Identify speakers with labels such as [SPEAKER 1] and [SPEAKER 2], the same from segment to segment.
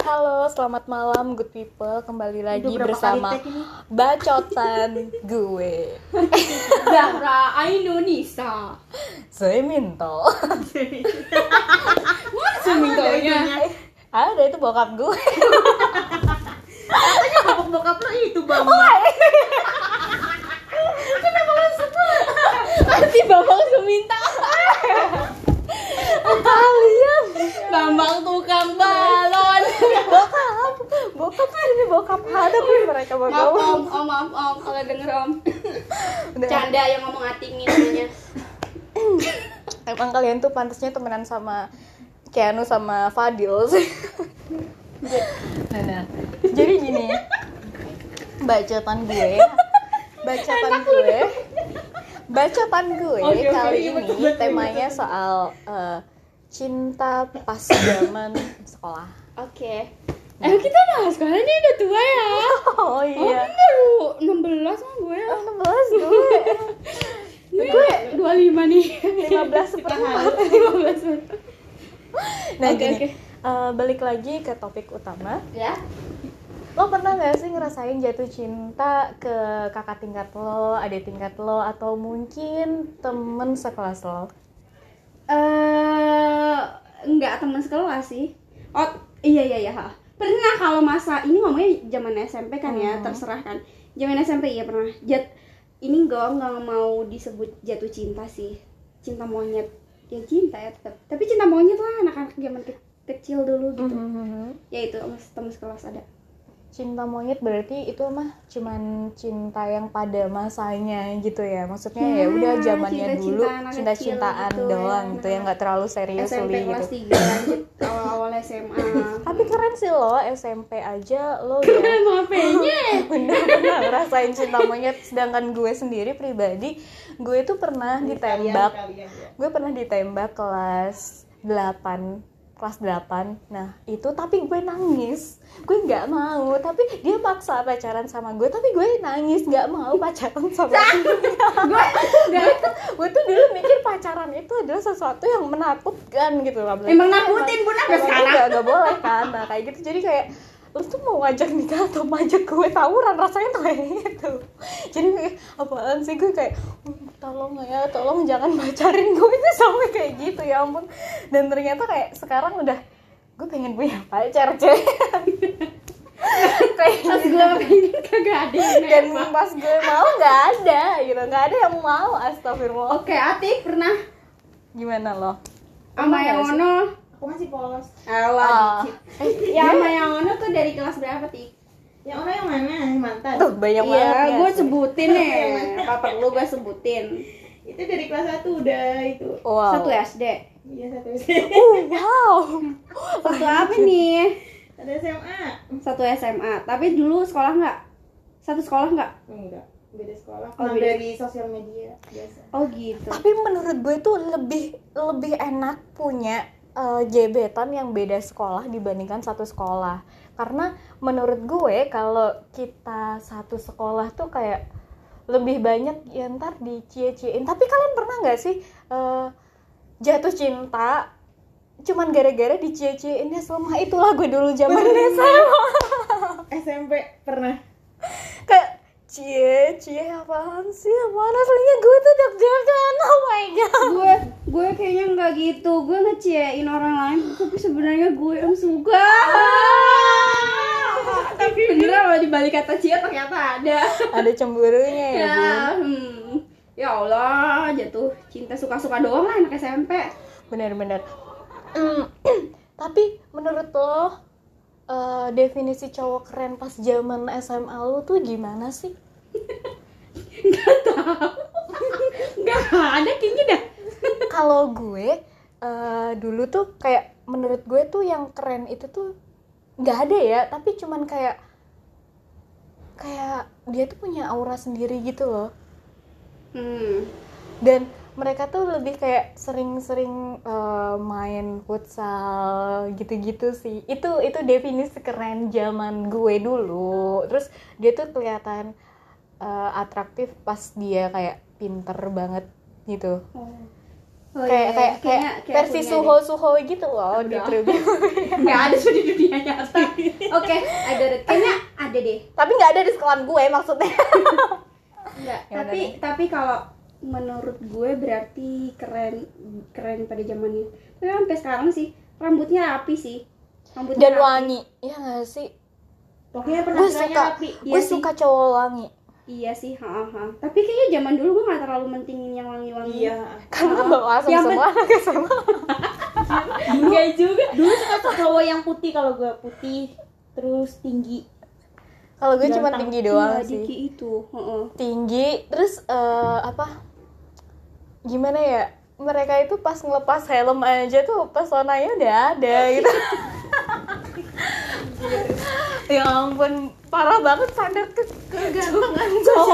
[SPEAKER 1] Halo, selamat malam good people. Kembali lagi
[SPEAKER 2] Udah berapa
[SPEAKER 1] bersama
[SPEAKER 2] kali take ini?
[SPEAKER 1] bacotan gue
[SPEAKER 2] Zahra Ainunisa.
[SPEAKER 1] Saya Minto.
[SPEAKER 2] Mana semintonya?
[SPEAKER 1] Ada itu bokap gue.
[SPEAKER 2] Katanya bokap lo itu Bambang. Kenapa lo sebut?
[SPEAKER 1] Nanti Bambang Suminta. Kalian
[SPEAKER 2] Bambang tukang balon.
[SPEAKER 1] Bokap ini bokap ada pun mereka
[SPEAKER 2] Maaf
[SPEAKER 1] bokap.
[SPEAKER 2] om kalau denger om.
[SPEAKER 1] Udah.
[SPEAKER 2] Canda yang ngomong atingin namanya.
[SPEAKER 1] Emang kalian tuh pantasnya temenan sama Keanu sama Fadil sih. Nah. Jadi gini, bacotan gue
[SPEAKER 2] Oke,
[SPEAKER 1] kali
[SPEAKER 2] iya,
[SPEAKER 1] ini
[SPEAKER 2] betul.
[SPEAKER 1] temanya soal cinta pas zaman sekolah.
[SPEAKER 2] Oke. Kita udah sekolah ini udah tua ya.
[SPEAKER 1] Oh iya.
[SPEAKER 2] Oh bener 16 sama gue.
[SPEAKER 1] 16 gue.
[SPEAKER 2] Gue 25 nih.
[SPEAKER 1] 15 seperempat.
[SPEAKER 2] 15.
[SPEAKER 1] Nah,
[SPEAKER 2] Oke,
[SPEAKER 1] gini.
[SPEAKER 2] oke.
[SPEAKER 1] Balik lagi ke topik utama.
[SPEAKER 2] Ya.
[SPEAKER 1] Lo pernah gak sih ngerasain jatuh cinta ke kakak tingkat lo, adik tingkat lo, atau mungkin temen sekelas lo?
[SPEAKER 2] Enggak teman sekelas sih. Oh iya. Pernah kalau masa ini ngomongnya zaman SMP kan ya, terserah kan. Zaman SMP iya pernah. Ini nggak mau disebut jatuh cinta sih. Cinta monyet. Ya cinta ya tetap. Tapi cinta monyet lah anak-anak zaman kecil dulu gitu. Ya itu sama teman sekelas ada.
[SPEAKER 1] Cinta monyet berarti itu mah cuman cinta yang pada masanya gitu ya. Maksudnya ya udah zamannya dulu cinta-cintaan
[SPEAKER 2] gitu,
[SPEAKER 1] doang gitu ya, nggak terlalu serius
[SPEAKER 2] SMP kelas
[SPEAKER 1] gitu.
[SPEAKER 2] 3 lanjut awal SMA.
[SPEAKER 1] Tapi keren sih lo, SMP aja lo ya.
[SPEAKER 2] Maafnya.
[SPEAKER 1] Bener-bener ngerasain cinta monyet. Sedangkan gue sendiri pribadi, gue tuh pernah ditembak. Gue pernah ditembak kelas 8. Nah itu tapi gue nangis, gue nggak mau, tapi dia paksa pacaran sama gue, tapi gue nangis nggak mau pacaran sama dia. gue tuh dulu mikir pacaran itu adalah sesuatu yang menakutkan gitu lah.
[SPEAKER 2] Emang nakutin bun sampai sekarang.
[SPEAKER 1] Gak boleh kan, nah kayak gitu. Jadi kayak lu tuh mau ngajak nikah atau mau ngajak gue tawuran, rasanya tuh kayak gitu. Jadi kayak apaan sih, gue kayak tolong ya, tolong jangan pacarin gue itu sampai kayak gitu, ya ampun. Dan ternyata kayak sekarang udah gue pengen punya pacar cewek. Kayak
[SPEAKER 2] Pas gue pengen kagak ada yang
[SPEAKER 1] dan
[SPEAKER 2] nembak.
[SPEAKER 1] pas gue mau nggak ada gitu, nggak ada yang mau. Astagfirullah.
[SPEAKER 2] Oke, Atik pernah
[SPEAKER 1] Gimana lo?
[SPEAKER 2] sama yang
[SPEAKER 1] nggak sih?
[SPEAKER 2] ono.
[SPEAKER 3] Aku masih polos.
[SPEAKER 2] Alah, dikit. Ya sama yang ono tuh dari kelas berapa, Tik?
[SPEAKER 3] Yang orang yang mana? Yang mantan.
[SPEAKER 1] Tuh banyak banget.
[SPEAKER 2] Iya,
[SPEAKER 1] ya
[SPEAKER 2] gue
[SPEAKER 1] sih.
[SPEAKER 2] sebutin nih. Apa perlu gue sebutin?
[SPEAKER 3] Itu dari kelas 1 udah itu.
[SPEAKER 1] Wow.
[SPEAKER 2] Satu SD.
[SPEAKER 3] Iya, satu SD.
[SPEAKER 1] Wow.
[SPEAKER 2] Satu apa nih?
[SPEAKER 3] Ada SMA.
[SPEAKER 2] Satu SMA. Tapi dulu sekolah nggak? Satu sekolah nggak?
[SPEAKER 3] Enggak, beda sekolah.
[SPEAKER 2] Oh,
[SPEAKER 3] Kenal
[SPEAKER 2] beda.
[SPEAKER 3] dari sosial media biasa.
[SPEAKER 2] Oh gitu.
[SPEAKER 1] Tapi menurut gue tuh lebih enak punya gebetan yang beda sekolah dibandingkan satu sekolah. Karena menurut gue kalau kita satu sekolah tuh kayak lebih banyak ya ntar dicie-ciein. Tapi kalian pernah nggak sih jatuh cinta cuman gara-gara dicie-ciein? Ya selama itulah gue dulu zaman SMA.
[SPEAKER 3] SMP pernah.
[SPEAKER 1] Kayak cie apaan sih, apaan, aslinya gue tuh deg-degan. Oh my god.
[SPEAKER 2] gue kayaknya nggak gitu. Gue ngeciein orang lain, tapi sebenarnya gue yang suka. Tapi beneran loh, di balik kata cie ternyata ada
[SPEAKER 1] Cemburunya ya, Bun.
[SPEAKER 2] Ya Allah, jatuh cinta suka-suka doang lah anak SMP.
[SPEAKER 1] Bener-bener. Tapi menurut lo definisi cowok keren pas zaman SMA lo tuh gimana sih?
[SPEAKER 2] Nggak ada kayaknya dah.
[SPEAKER 1] Kalau gue dulu tuh kayak menurut gue tuh yang keren itu tuh nggak ada ya, tapi cuman kayak dia tuh punya aura sendiri gitu loh. Dan mereka tuh lebih kayak sering-sering main futsal gitu-gitu sih. Itu definisi keren zaman gue dulu. Terus dia tuh kelihatan atraktif pas dia kayak pinter banget gitu.
[SPEAKER 2] Oh, iya.
[SPEAKER 1] kayak versi
[SPEAKER 2] punya deh.
[SPEAKER 1] suho gitu loh di
[SPEAKER 2] Udah.
[SPEAKER 1] Tribun.
[SPEAKER 2] Nggak ada tuh di dunia nyata. Oke, I got it. Kayaknya ada deh.
[SPEAKER 1] Tapi nggak ada di sekolah gue maksudnya.
[SPEAKER 2] Enggak,
[SPEAKER 1] Ya udah
[SPEAKER 2] tapi kalau menurut gue berarti keren pada zamannya. Tapi sampai sekarang sih rambutnya rapi sih. Rambutnya
[SPEAKER 1] Dan
[SPEAKER 2] rapi.
[SPEAKER 1] wangi. Iya nggak sih?
[SPEAKER 3] Pokoknya
[SPEAKER 1] Gue
[SPEAKER 3] penampilannya
[SPEAKER 1] suka,
[SPEAKER 3] rapi.
[SPEAKER 2] Iya
[SPEAKER 1] gue
[SPEAKER 2] sih.
[SPEAKER 1] suka cowok wangi.
[SPEAKER 2] Iya sih, Tapi kayaknya zaman dulu gue nggak terlalu mentingin yang wangi-wangi.
[SPEAKER 3] Iya.
[SPEAKER 1] Karena bawa asam
[SPEAKER 2] Yang
[SPEAKER 1] semua anak SMA.
[SPEAKER 3] Enggak juga. Dulu suka cowok yang putih, kalau gue putih terus tinggi.
[SPEAKER 1] Kalau gue cuma
[SPEAKER 3] Ganteng.
[SPEAKER 1] tinggi doang
[SPEAKER 2] Iya,
[SPEAKER 1] sih.
[SPEAKER 2] Diki itu.
[SPEAKER 1] Tinggi, terus apa? Gimana ya? Mereka itu pas ngelepas helm aja tuh pesonanya udah ada gitu. Ya ampun, parah banget sadar kegantengan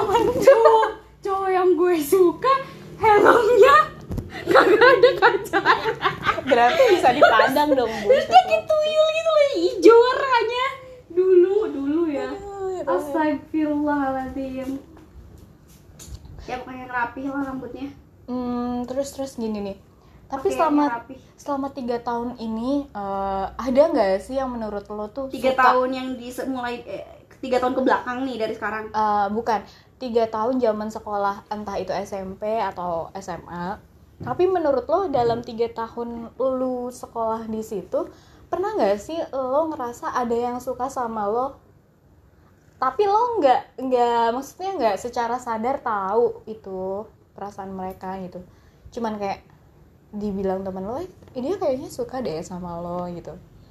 [SPEAKER 2] Cowok yang gue suka helmnya kagak ada kaca.
[SPEAKER 1] Berarti bisa dipandang dong, Bu.
[SPEAKER 2] Terus dia kayak tuyul gitu loh, hijau warnanya. Dulu ya. Astagfirullahaladzim. Ya pokoknya rapi lah rambutnya.
[SPEAKER 1] Terus gini nih. Tapi
[SPEAKER 2] Oke, yang rapi.
[SPEAKER 1] selama 3 tahun ini ada nggak sih yang menurut lo tuh
[SPEAKER 2] 3 tahun yang mulai 3 tahun ke belakang nih dari sekarang.
[SPEAKER 1] Bukan 3 tahun zaman sekolah, entah itu SMP atau SMA. Tapi menurut lo dalam 3 tahun lu sekolah di situ, pernah nggak sih lo ngerasa ada yang suka sama lo? Tapi lo nggak maksudnya nggak secara sadar tahu itu perasaan mereka gitu. Cuman kayak dibilang temen lo, dia kayaknya suka deh sama lo gitu.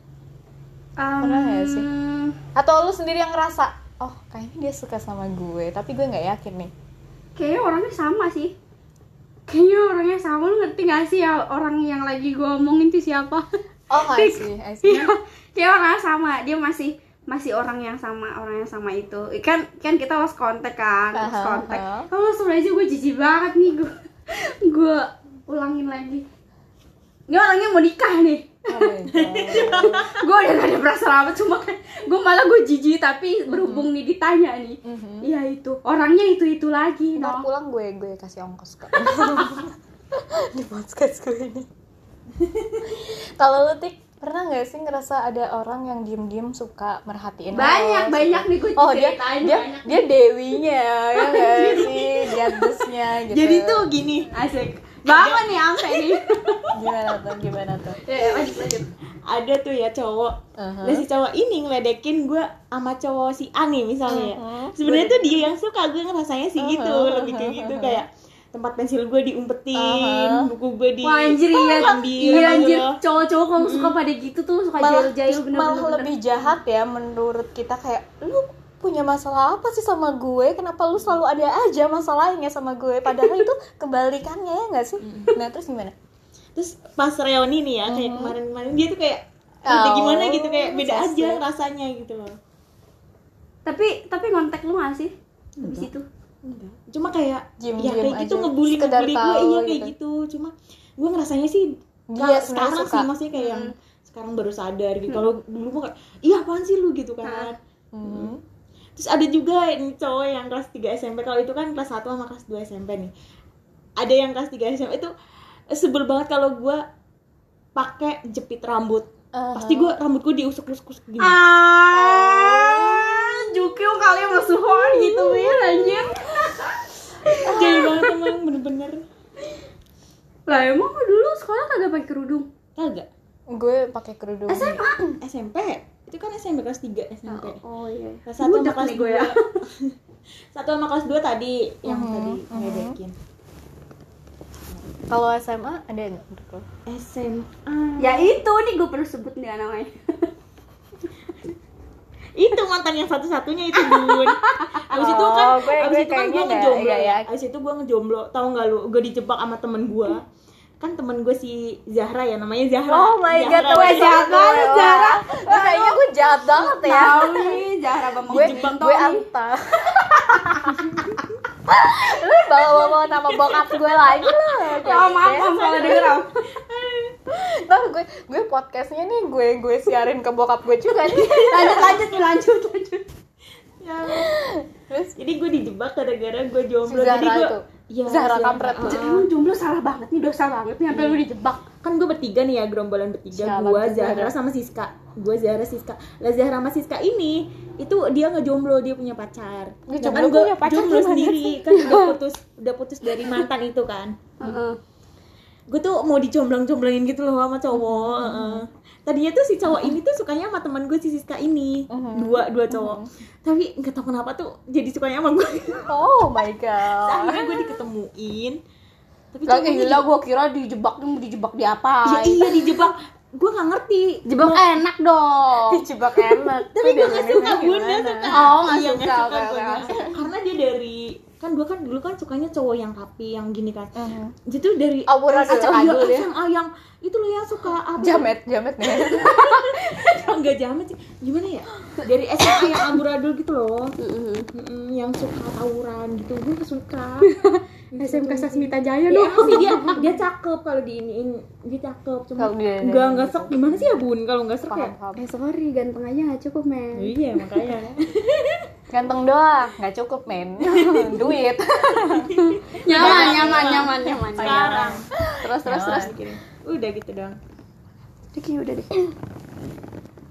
[SPEAKER 1] Pernah nggak sih? Atau lo sendiri yang ngerasa, oh kayaknya dia suka sama gue, tapi gue nggak yakin nih.
[SPEAKER 2] Kayaknya orangnya sama sih. Kayaknya orangnya sama, lu ngerti gak sih ya orang yang lagi gue omongin tuh siapa?
[SPEAKER 1] Oh, I see.
[SPEAKER 2] Iya, kayak orangnya sama, dia masih orang yang sama itu. Kan kita lost contact kan, lost contact. Kalau sebenarnya gue jijik banget nih, gue ulangin lagi. Ini orangnya mau nikah nih.
[SPEAKER 1] Oh my God.
[SPEAKER 2] Gue udah gak ada perasaan apa, cuma kan gue malah gue jijik, tapi berhubung nih ditanya nih. Iya itu, orangnya itu lagi.
[SPEAKER 1] Ntar pulang gue kasih ongkos kok. Di podcast gue ini. Kalau lu Tik, pernah nggak sih ngerasa ada orang yang diem-diem suka merhatiin lo?
[SPEAKER 2] Banyak nih gue
[SPEAKER 1] Oh dia
[SPEAKER 2] ceritain
[SPEAKER 1] dia
[SPEAKER 2] banyak.
[SPEAKER 1] dia dewinya ya nggak sih, gadisnya gitu.
[SPEAKER 3] Jadi tuh gini,
[SPEAKER 2] Asik banget nih sampai nih.
[SPEAKER 1] gimana tuh?
[SPEAKER 2] Ya, lanjut.
[SPEAKER 3] ada tuh ya cowok. Nah si cowok ini ngeledekin gue sama cowok si A nih misalnya. Sebenarnya tuh dia yang suka, gue ngerasanya sih gitu, lebih kayak gitu, kayak tempat pensil gue diumpetin, buku gue di
[SPEAKER 2] Wah anjir iya
[SPEAKER 3] ambil
[SPEAKER 2] anjir,
[SPEAKER 3] gitu.
[SPEAKER 2] cowok-cowok kalau suka pada gitu tuh suka jail-jail
[SPEAKER 1] malah
[SPEAKER 2] bener-bener.
[SPEAKER 1] lebih jahat ya menurut kita, kayak lu punya masalah apa sih sama gue, kenapa lu selalu ada aja masalahnya sama gue, padahal itu kebalikannya ya nggak sih? Nah terus gimana?
[SPEAKER 3] Terus pas reuni nih ya, kayak kemarin-kemarin dia tuh kayak gimana gitu, kayak beda
[SPEAKER 1] so
[SPEAKER 3] aja
[SPEAKER 1] sweet.
[SPEAKER 3] rasanya gitu loh.
[SPEAKER 2] Tapi kontak lu gak sih habis itu?
[SPEAKER 3] Enggak. Cuma kayak
[SPEAKER 1] Diem-diem
[SPEAKER 3] ya kayak gitu
[SPEAKER 1] aja.
[SPEAKER 3] ngebully
[SPEAKER 1] Sekedar
[SPEAKER 3] gue,
[SPEAKER 1] tahu
[SPEAKER 3] iya kayak
[SPEAKER 1] gitu.
[SPEAKER 3] gitu. Cuma gue ngerasanya sih
[SPEAKER 1] Dia
[SPEAKER 3] kalau
[SPEAKER 1] sebenarnya
[SPEAKER 3] sekarang
[SPEAKER 1] suka.
[SPEAKER 3] sih maksudnya kayak yang sekarang baru sadar gitu. Kalau dulu gue kayak iya apaan sih lu gitu kan. Terus ada juga ini cowok yang kelas 3 SMP, kalau itu kan kelas 1 sama kelas 2 SMP nih. Ada yang kelas 3 SMP itu sebel banget kalau gue pakai jepit rambut. Pasti gue rambut gue diusuk-usuk gini.
[SPEAKER 2] Jukil kali yang musuhan gitu ya anjir.
[SPEAKER 3] Jahil banget emang, bener-bener.
[SPEAKER 2] Lah emang lu dulu sekolah kagak pakai kerudung?
[SPEAKER 3] Kagak.
[SPEAKER 1] Gue pakai kerudung.
[SPEAKER 3] SMP. Itu kan SMP kelas 3 SMP.
[SPEAKER 2] Oh iya.
[SPEAKER 3] Kelas 1 sama
[SPEAKER 2] Budak
[SPEAKER 3] kelas
[SPEAKER 2] nih gue ya.
[SPEAKER 3] 2. 1 sama kelas 2 tadi yang tadi ngedekin.
[SPEAKER 1] Kalau SMA ada nggak menurut lo?
[SPEAKER 3] SMA.
[SPEAKER 2] Ya itu nih gue perlu sebut nih namanya.
[SPEAKER 3] Itu mantan yang satu-satunya itu Bun. Abis itu kan
[SPEAKER 1] gue
[SPEAKER 3] kan gue
[SPEAKER 1] kayaknya
[SPEAKER 3] ngejomblo.
[SPEAKER 1] nggak
[SPEAKER 3] Ya.
[SPEAKER 1] yakin.
[SPEAKER 3] Abis itu gue ngejomblo. Tahu nggak lu? Gue dijebak sama temen gue. Kan temen gue si Zahra ya, namanya Zahra.
[SPEAKER 1] Oh my god,
[SPEAKER 3] Zahra.
[SPEAKER 1] gue jahat banget Zahra. Kayaknya gue jahat banget ya.
[SPEAKER 2] Tahu nih Zahra Bambang
[SPEAKER 1] Gue anta. Lu bawa nama bokap gue lagi lah.
[SPEAKER 2] Ya maaf kalau denger Om.
[SPEAKER 1] Ntar gue podcastnya nih gue siarin ke bokap gue juga nih.
[SPEAKER 2] Lanjut.
[SPEAKER 3] Ya. Terus jadi gue dijebak gara-gara gue
[SPEAKER 1] Si
[SPEAKER 3] jomblo.
[SPEAKER 1] Zahra
[SPEAKER 3] Jadi gue
[SPEAKER 1] itu.
[SPEAKER 3] Iya,
[SPEAKER 1] Zahra kampret lu.
[SPEAKER 2] Emang jomblo salah banget nih, dosa banget nih sampai lu dijebak.
[SPEAKER 3] Kan gue bertiga nih ya, gerombolan bertiga.
[SPEAKER 1] Siapa
[SPEAKER 3] Gue,
[SPEAKER 1] tuh,
[SPEAKER 3] Zahra, sama Siska. Gue, Zahra, Siska. Lah Zahra sama Siska ini itu dia ngejomblo, dia punya pacar.
[SPEAKER 1] Dia
[SPEAKER 3] Kan
[SPEAKER 1] jomblo
[SPEAKER 3] gue
[SPEAKER 1] punya pacar
[SPEAKER 3] jomblo
[SPEAKER 1] gimana
[SPEAKER 3] sendiri kan udah putus dari mantan itu kan. Gue tuh mau dicomblang-comblangin gitu loh sama cowok. Tadinya tuh si cowok ini tuh sukanya sama teman gue si Siska ini. Dua cowok. Tapi nggak tahu kenapa tuh jadi sukanya sama gue.
[SPEAKER 1] Oh my god.
[SPEAKER 3] Akhirnya gue diketemuin. Tapi
[SPEAKER 2] Lah
[SPEAKER 3] cowoknya
[SPEAKER 2] gila, gua kira dijebak di apa?
[SPEAKER 3] ya iya dijebak. Gue nggak ngerti.
[SPEAKER 2] Jebak enak dong.
[SPEAKER 1] Dijebak enak.
[SPEAKER 3] Tapi gue nggak suka, Bun, nggak suka.
[SPEAKER 2] Oh, nggak
[SPEAKER 3] Iya,
[SPEAKER 2] suka,
[SPEAKER 3] nggak
[SPEAKER 2] oke,
[SPEAKER 3] gua
[SPEAKER 2] oke.
[SPEAKER 3] nggak suka. Karena dia dari kan gue kan dulu kan sukanya cowok yang rapi yang gini kan. Jadi tuh dari
[SPEAKER 1] Amburadul.
[SPEAKER 3] SMA yang itu loh yang suka apa?
[SPEAKER 1] Jamet nih.
[SPEAKER 3] Enggak jamet sih. Gimana ya? Dari SMA yang amburadul gitu loh. Yang suka tawuran gitu. Gue gak suka.
[SPEAKER 2] SMK Sasmita Jaya
[SPEAKER 3] Ya,
[SPEAKER 2] dong.
[SPEAKER 3] emang sih dia cakep kalau diiniin. Dia cakep. Cuma
[SPEAKER 1] Kalau dia-
[SPEAKER 3] enggak sek gimana sih ya, Bun? Kalau enggak sek ya?
[SPEAKER 1] Paham.
[SPEAKER 2] Sorry, ganteng aja nggak cukup, men.
[SPEAKER 3] Iya, makanya.
[SPEAKER 1] Ganteng doang, nggak cukup men. Duit.
[SPEAKER 2] Nyaman.
[SPEAKER 3] Sekarang.
[SPEAKER 1] Terus.
[SPEAKER 3] Udah gitu doang.
[SPEAKER 2] Udah deh.